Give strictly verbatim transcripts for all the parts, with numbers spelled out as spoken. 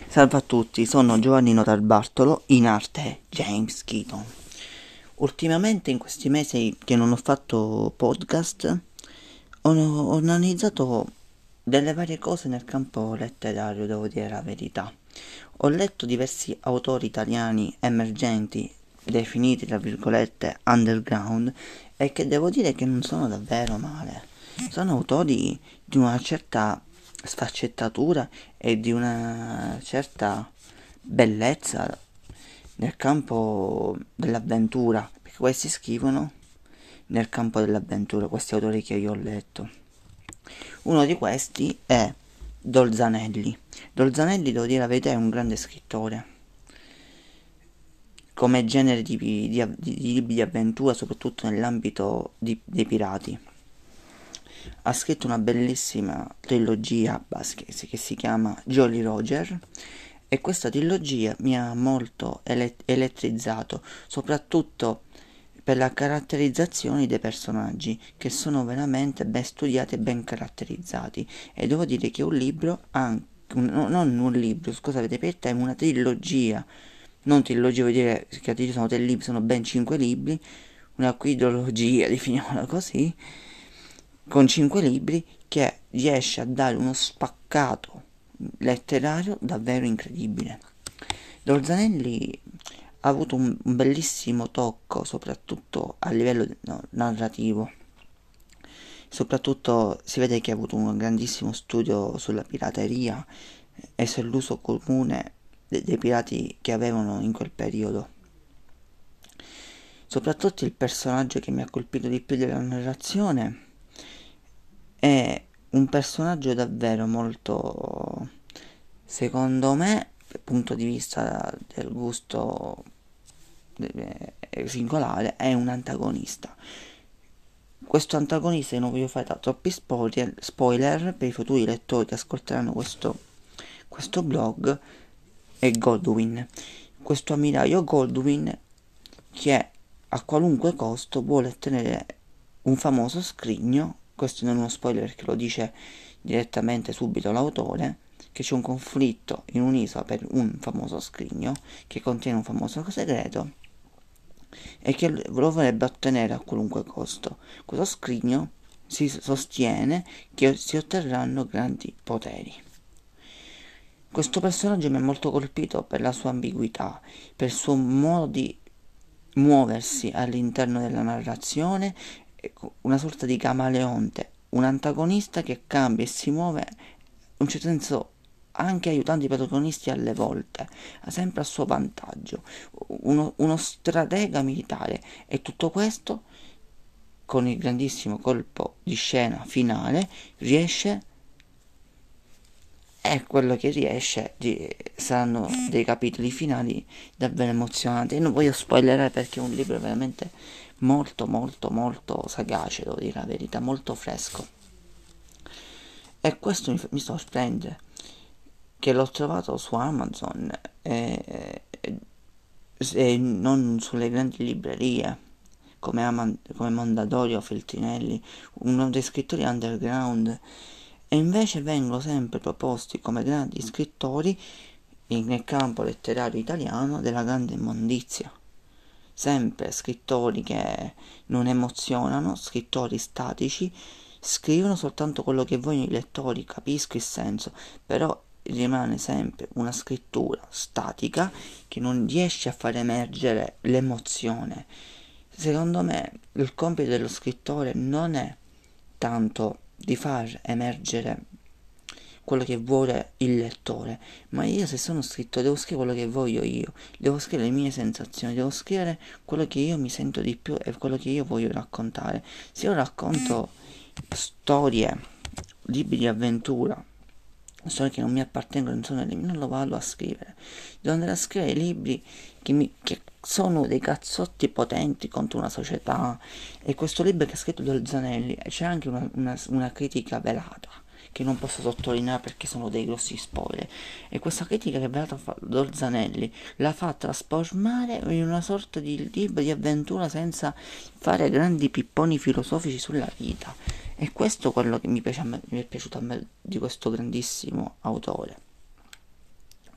Salve a tutti, sono Giovannino Tarbartolo, in arte James Keaton. Ultimamente, in questi mesi che non ho fatto podcast, ho, ho analizzato delle varie cose nel campo letterario, devo dire la verità. Ho letto diversi autori italiani emergenti, definiti tra virgolette underground, e che devo dire che non sono davvero male. Sono autori di una certa sfaccettatura e di una certa bellezza nel campo dell'avventura, perché questi scrivono nel campo dell'avventura, questi autori che io ho letto. Uno di questi è Dolzanelli. Dolzanelli, devo dire la verità, è un grande scrittore. Come genere di, di, di, di libri di avventura, soprattutto nell'ambito di, dei pirati. Ha scritto una bellissima trilogia che si chiama Jolly Roger, e questa trilogia mi ha molto ele- elettrizzato, soprattutto per la caratterizzazione dei personaggi, che sono veramente ben studiati e ben caratterizzati. E devo dire che è un libro, anche, un, no, non un libro, scusa, avete per te, è una trilogia. Non trilogia, vuol dire che sono tre libri, sono ben cinque libri, una quadrilogia, definiamola così, con cinque libri, che riesce a dare uno spaccato letterario davvero incredibile. Dolzanelli ha avuto un, un bellissimo tocco, soprattutto a livello no, narrativo. Soprattutto si vede che ha avuto un grandissimo studio sulla pirateria e sull'uso comune de- dei pirati che avevano in quel periodo. Soprattutto il personaggio che mi ha colpito di più della narrazione è un personaggio davvero molto, secondo me, dal punto di vista del gusto eh, singolare, è un antagonista. Questo antagonista, io non voglio fare troppi spoiler, spoiler per i futuri lettori che ascolteranno questo, questo blog, è Goldwyn. Questo ammiraglio Goldwyn che a qualunque costo vuole ottenere un famoso scrigno. Questo non è uno spoiler perché lo dice direttamente subito l'autore, che c'è un conflitto in un'isola per un famoso scrigno che contiene un famoso segreto e che lo vorrebbe ottenere a qualunque costo. Questo scrigno si sostiene che si otterranno grandi poteri. Questo personaggio mi ha molto colpito per la sua ambiguità, per il suo modo di muoversi all'interno della narrazione, una sorta di camaleonte, un antagonista che cambia e si muove in un certo senso anche aiutando i protagonisti alle volte, sempre a suo vantaggio, uno, uno stratega militare, e tutto questo con il grandissimo colpo di scena finale riesce. È quello che riesce, di, saranno dei capitoli finali davvero emozionanti. Io non voglio spoilerare perché è un libro veramente molto molto molto sagace, devo dire la verità, molto fresco. E questo mi, mi sorprende, che l'ho trovato su Amazon e, e, e non sulle grandi librerie come, Ama, come Mondadori o Feltrinelli, uno dei scrittori underground, e invece vengono sempre proposti come grandi scrittori nel campo letterario italiano della grande immondizia. Sempre scrittori che non emozionano, scrittori statici, scrivono soltanto quello che vogliono i lettori, capisco il senso, però rimane sempre una scrittura statica che non riesce a far emergere l'emozione. Secondo me il compito dello scrittore non è tanto di far emergere quello che vuole il lettore, ma io, se sono scritto, devo scrivere quello che voglio io, devo scrivere le mie sensazioni, devo scrivere quello che io mi sento di più e quello che io voglio raccontare. Se io racconto storie, libri di avventura, storie che non mi appartengono, non sono le mie, non lo vado a scrivere. Devo andare a scrivere libri che, mi, che sono dei cazzotti potenti contro una società. E questo libro che ha scritto Dolzanelli, c'è anche una, una, una critica velata che non posso sottolineare perché sono dei grossi spoiler, e questa critica che è velata Dolzanelli la fa trasformare in una sorta di libro di avventura senza fare grandi pipponi filosofici sulla vita. E questo è quello che mi, piace a me, mi è piaciuto a me di questo grandissimo autore.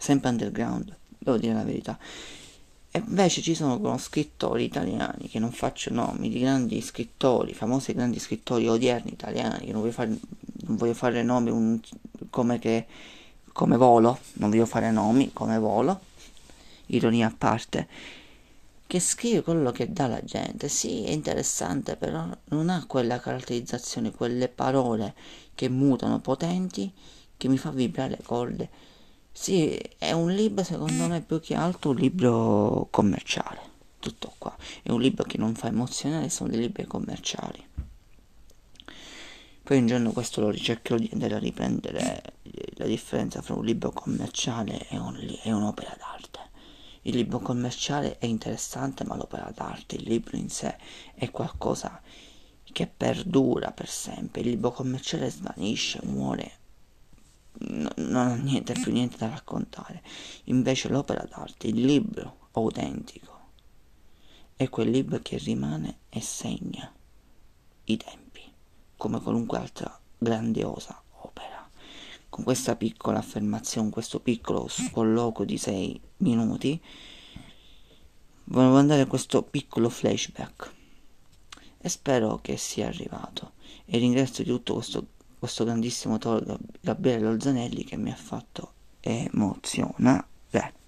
sempre underground, devo dire la verità. E invece ci sono scrittori italiani, che non faccio nomi, di grandi scrittori, famosi grandi scrittori odierni italiani, che non voglio fare, non voglio fare nomi un, come che come Volo, non voglio fare nomi, come Volo, ironia a parte, che scrive quello che dà la gente. Sì, è interessante, però non ha quella caratterizzazione, quelle parole che mutano, potenti, che mi fa vibrare le corde. Sì, è un libro, secondo me, più che altro un libro commerciale. Tutto qua. È un libro che non fa emozionare, sono dei libri commerciali. Poi un giorno questo lo ricercherò di andare a riprendere la differenza fra un libro commerciale e, un, e un'opera d'arte. Il libro commerciale è interessante, ma l'opera d'arte, il libro in sé, è qualcosa che perdura per sempre. Il libro commerciale svanisce, muore, no, non ha niente più niente da raccontare. Invece l'opera d'arte, il libro autentico, è quel libro che rimane e segna i tempi, come qualunque altra grandiosa opera. Con questa piccola affermazione, questo piccolo sproloquio di sei minuti, volevo andare a questo piccolo flashback e spero che sia arrivato, e ringrazio di tutto questo, questo grandissimo autore Gabriele Lolzanelli, che mi ha fatto emozionare.